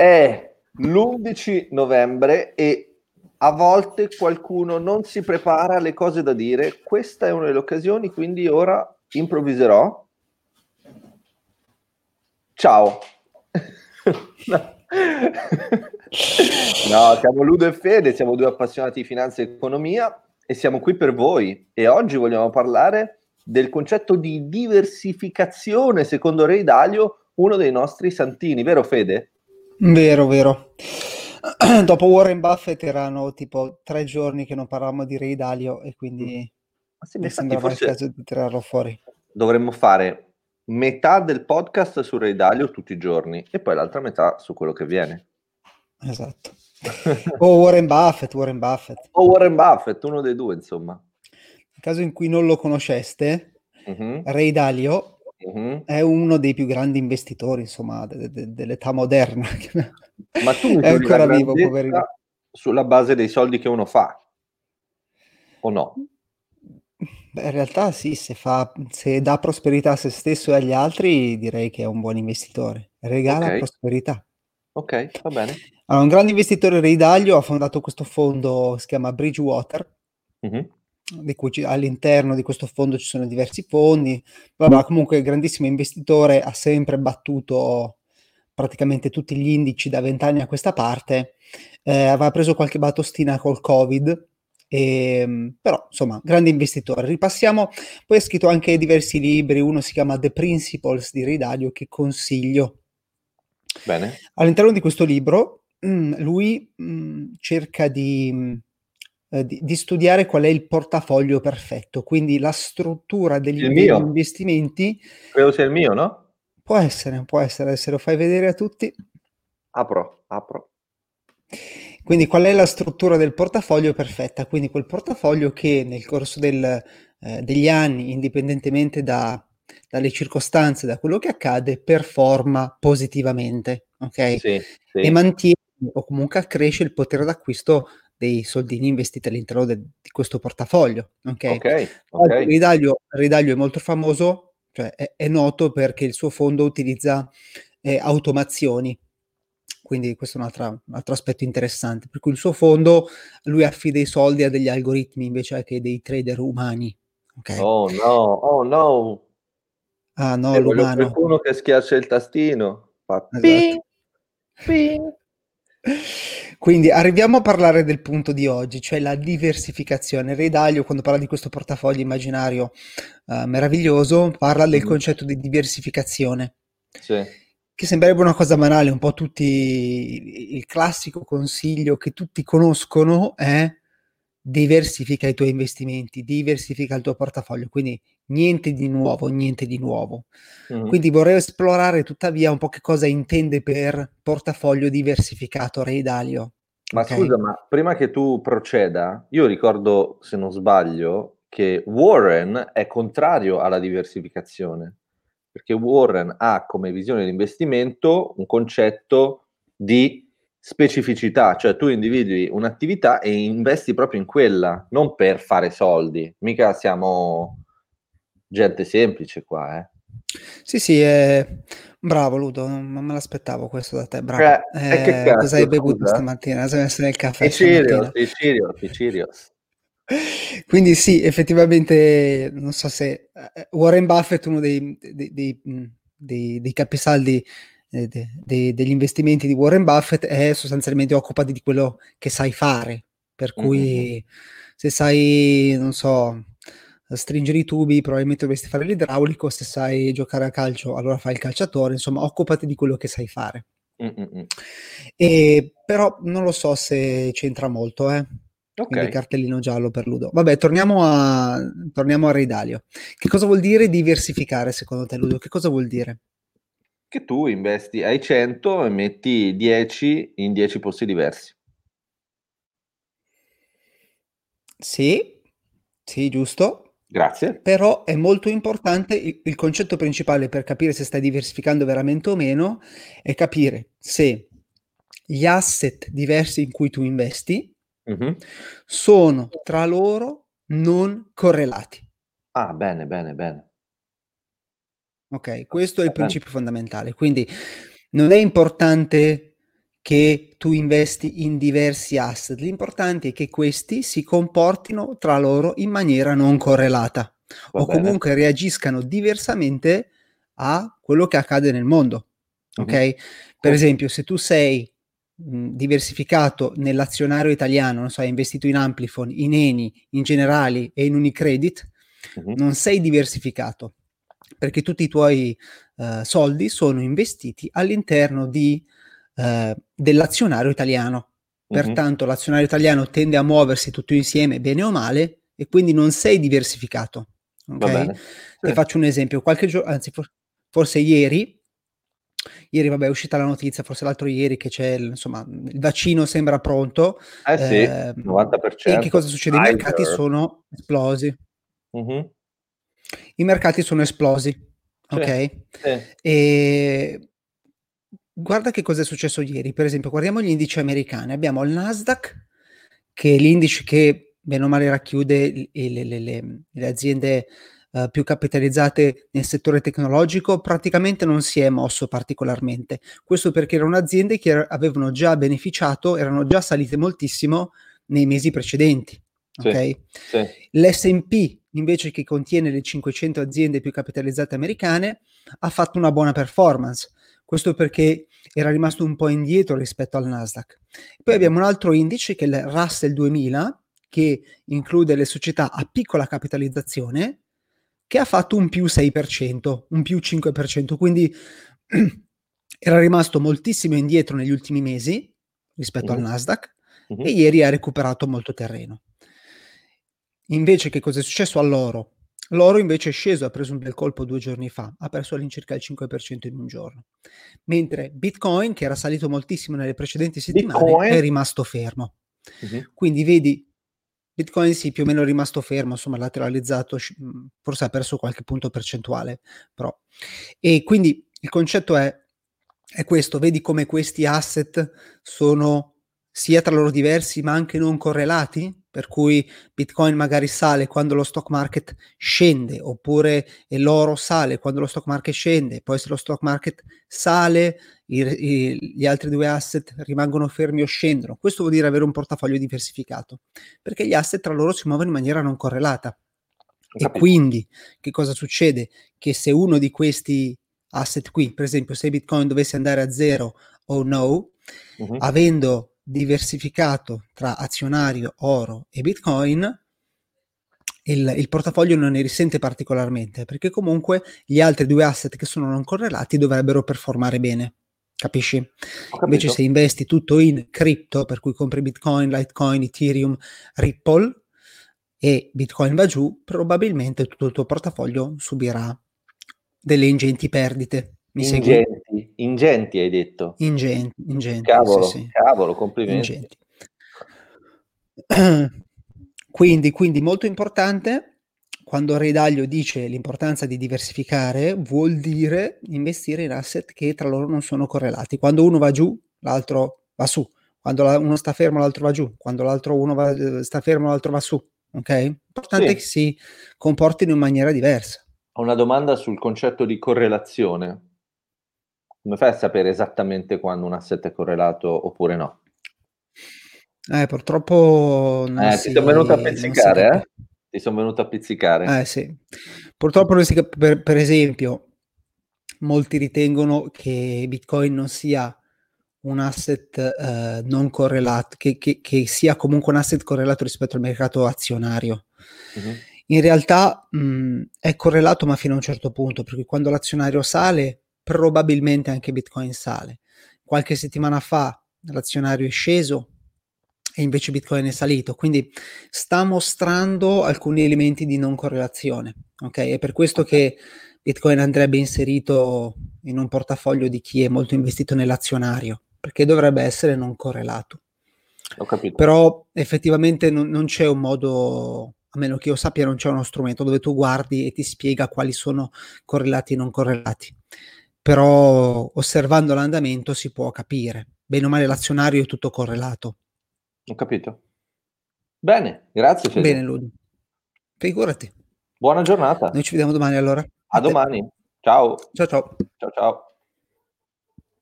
È l'11 novembre e a volte qualcuno non si prepara alle cose da dire. Questa è una delle occasioni, quindi ora improvviserò. Ciao. No, siamo Ludo e Fede, siamo due appassionati di finanza e economia e siamo qui per voi. E oggi vogliamo parlare del concetto di diversificazione, secondo Ray Dalio, uno dei nostri santini, vero Fede? Vero, vero. Dopo Warren Buffett erano tipo 3 giorni che non parlavamo di Ray Dalio e quindi Ma sì, ma mi infatti sembrava il forse caso di tirarlo fuori. dovremmo fare metà del podcast su Ray Dalio tutti i giorni e poi l'altra metà su quello che viene. Esatto. O Warren Buffett. O Warren Buffett, uno dei due, insomma. Nel caso in cui non lo conosceste, Mhm, Ray Dalio mhm. è uno dei più grandi investitori, insomma, dell'età moderna. Ma tu È misuri la ancora vivo, poverino. grandezza sulla base dei soldi che uno fa, o no? Beh, in realtà sì, se dà prosperità a se stesso e agli altri, direi che è un buon investitore. Ok, Regala prosperità. ok, va bene. Allora, un grande investitore, Ray Dalio, ha fondato questo fondo, si chiama Bridgewater, Mhm. di cui all'interno di questo fondo ci sono diversi fondi. Vabbè, comunque, grandissimo investitore, ha sempre battuto praticamente tutti gli indici da 20 anni a questa parte. Aveva preso qualche batostina col Covid, però insomma, grande investitore. Ripassiamo, poi ha scritto anche diversi libri, uno si chiama The Principles di Ray Dalio, che consiglio. Bene. All'interno di questo libro, lui cerca di studiare qual è il portafoglio perfetto, quindi la struttura Il degli mio, investimenti. credo sia il mio, no? Può essere, se lo fai vedere a tutti. Apro, apro. Quindi qual è la struttura del portafoglio perfetta? Quindi quel portafoglio che nel corso degli anni, indipendentemente dalle circostanze, da quello che accade, performa positivamente, ok? Sì, E sì. mantiene o comunque accresce il potere d'acquisto dei soldini investiti all'interno di questo portafoglio, ok? Ok, ok. Ridaglio è molto famoso, cioè è noto perché il suo fondo utilizza automazioni. Quindi questo è un altro aspetto interessante. Per cui il suo fondo, lui affida i soldi a degli algoritmi invece che dei trader umani. Ok? Oh no, oh no. Ah no, Io voglio l'umano. qualcuno che schiaccia il tastino. Fa Esatto. ping, ping. Quindi arriviamo a parlare del punto di oggi, cioè la diversificazione. Ray Dalio, quando parla di questo portafoglio immaginario meraviglioso, parla del Mhm. concetto di diversificazione, Sì. che sembrerebbe una cosa banale, un po' tutti il classico consiglio che tutti conoscono è diversifica i tuoi investimenti, diversifica il tuo portafoglio, quindi niente di nuovo, niente di nuovo. Mhm. Quindi vorrei esplorare tuttavia un po' che cosa intende per portafoglio diversificato Ray Dalio, Ma ok? scusa, ma prima che tu proceda, io ricordo, se non sbaglio, che Warren è contrario alla diversificazione, perché Warren ha come visione dell'investimento un concetto di specificità, cioè tu individui un'attività e investi proprio in quella, non per fare soldi. Mica siamo gente semplice qua, eh. Sì, sì, bravo Ludo, non me l'aspettavo questo da te, bravo. E che Cosa cazzo, hai bevuto scusa? stamattina? Cosa hai messo nel caffè I Cheerios, stamattina? i Cheerios, i Cheerios. Quindi sì, effettivamente, non so se Warren Buffett, uno dei capisaldi degli investimenti di Warren Buffett, è sostanzialmente occupati di quello che sai fare. Per Mm-mm. cui se sai, non so, stringere i tubi, probabilmente dovresti fare l'idraulico, se sai giocare a calcio, allora fai il calciatore, insomma, occupati di quello che sai fare. Mm-mm. Però non lo so se c'entra molto, Ok, quindi cartellino giallo per Ludo. Vabbè, torniamo a Ray Dalio. Che cosa vuol dire diversificare secondo te, Ludo? Che cosa vuol dire? che tu investi, hai 100 e metti 10 in 10 posti diversi. Sì, sì, giusto. Grazie. Però è molto importante il concetto principale per capire se stai diversificando veramente o meno, è capire se gli asset diversi in cui tu investi Mhm. sono tra loro non correlati. Ah, bene, bene, bene. Ok, questo è il Bene. principio fondamentale. Quindi non è importante che tu investi in diversi asset. L'importante è che questi si comportino tra loro in maniera non correlata Va o bene. comunque reagiscano diversamente a quello che accade nel mondo. Ok? Mhm. Per Sì. esempio, se tu sei diversificato nell'azionario italiano, non so, hai investito in Amplifon, in Eni, in Generali e in Unicredit, Mhm. non sei diversificato perché tutti i tuoi soldi sono investiti all'interno dell'azionario italiano. Mhm. Pertanto l'azionario italiano tende a muoversi tutto insieme, bene o male, e quindi non sei diversificato. Va Ok? bene. Ti Sì. faccio un esempio. Qualche giorno, anzi, forse ieri, vabbè, è uscita la notizia, forse l'altro ieri, che c'è, insomma, il vaccino sembra pronto. Eh sì, E che 90%. cosa succede? I mercati Pfizer. sono esplosi. Mhm. I mercati sono esplosi, Sì, ok? sì. E guarda che cosa è successo ieri. Per esempio, guardiamo gli indici americani. Abbiamo il Nasdaq, che è l'indice che bene o male racchiude le aziende più capitalizzate nel settore tecnologico, praticamente non si è mosso particolarmente. Questo perché erano aziende che avevano già beneficiato, erano già salite moltissimo nei mesi precedenti. Sì, Ok? sì. L'S&P, invece, che contiene le 500 aziende più capitalizzate americane, ha fatto una buona performance. Questo perché era rimasto un po' indietro rispetto al Nasdaq. Poi Mhm. abbiamo un altro indice che è il Russell 2000, che include le società a piccola capitalizzazione, che ha fatto un più 6%, un più 5%, quindi era rimasto moltissimo indietro negli ultimi mesi rispetto al Mhm. Nasdaq e Mhm. ieri ha recuperato molto terreno. Invece che cosa è successo all'oro? L'oro invece è sceso, ha preso un bel colpo 2 giorni fa, ha perso all'incirca il 5% in un giorno. Mentre Bitcoin, che era salito moltissimo nelle precedenti settimane, è Bitcoin. rimasto fermo. Mhm. Quindi vedi, Bitcoin sì, più o meno è rimasto fermo, insomma lateralizzato, forse ha perso qualche punto percentuale, però. E quindi il concetto è questo, vedi come questi asset sono sia tra loro diversi ma anche non correlati, per cui Bitcoin magari sale quando lo stock market scende, oppure l'oro sale quando lo stock market scende, poi se lo stock market sale gli altri due asset rimangono fermi o scendono. Questo vuol dire avere un portafoglio diversificato, perché gli asset tra loro si muovono in maniera non correlata. Ho E capito. quindi che cosa succede? Che se uno di questi asset qui, per esempio se Bitcoin dovesse andare a zero o no, Mhm. avendo diversificato tra azionario, oro e Bitcoin, il portafoglio non ne risente particolarmente, perché comunque gli altri due asset che sono non correlati dovrebbero performare bene. Capisci? Ho Invece se capito. investi tutto in cripto, per cui compri Bitcoin, Litecoin, Ethereum, Ripple e Bitcoin va giù, probabilmente tutto il tuo portafoglio subirà delle ingenti perdite. Mi segui? Ingenti, ingenti hai detto. Ingenti, sì, Cavolo, sì, cavolo, complimenti. ingenti. Quindi molto importante, quando Ray Dalio dice l'importanza di diversificare, vuol dire investire in asset che tra loro non sono correlati. Quando uno va giù, l'altro va su. Quando uno sta fermo, l'altro va giù. Quando l'altro uno sta fermo, l'altro va su. Ok? Importante che Sì, si comportino in maniera diversa. ho una domanda sul concetto di correlazione. Come fai a sapere esattamente quando un asset è correlato oppure no? Purtroppo Ti son venuto a non si pizzicare, capisce. eh? Ti son venuto a pizzicare. Sì. Purtroppo non si per esempio, molti ritengono che Bitcoin non sia un asset, non correlato, che sia comunque un asset correlato rispetto al mercato azionario. Mhm. In realtà, è correlato ma fino a un certo punto, perché quando l'azionario sale, probabilmente anche Bitcoin sale. Qualche settimana fa l'azionario è sceso e invece Bitcoin è salito, quindi sta mostrando alcuni elementi di non correlazione, ok? È per questo Ok, che Bitcoin andrebbe inserito in un portafoglio di chi è molto investito nell'azionario, perché dovrebbe essere non correlato. ho capito. Però effettivamente non c'è un modo, a meno che io sappia, non c'è uno strumento dove tu guardi e ti spiega quali sono correlati e non correlati. Però osservando l'andamento si può capire. Bene o male l'azionario è tutto correlato. Ho capito. Bene, grazie Bene Fede. Lud, figurati. Buona giornata. Noi ci vediamo domani allora. A A te. domani. Ciao. Ciao ciao. Ciao ciao.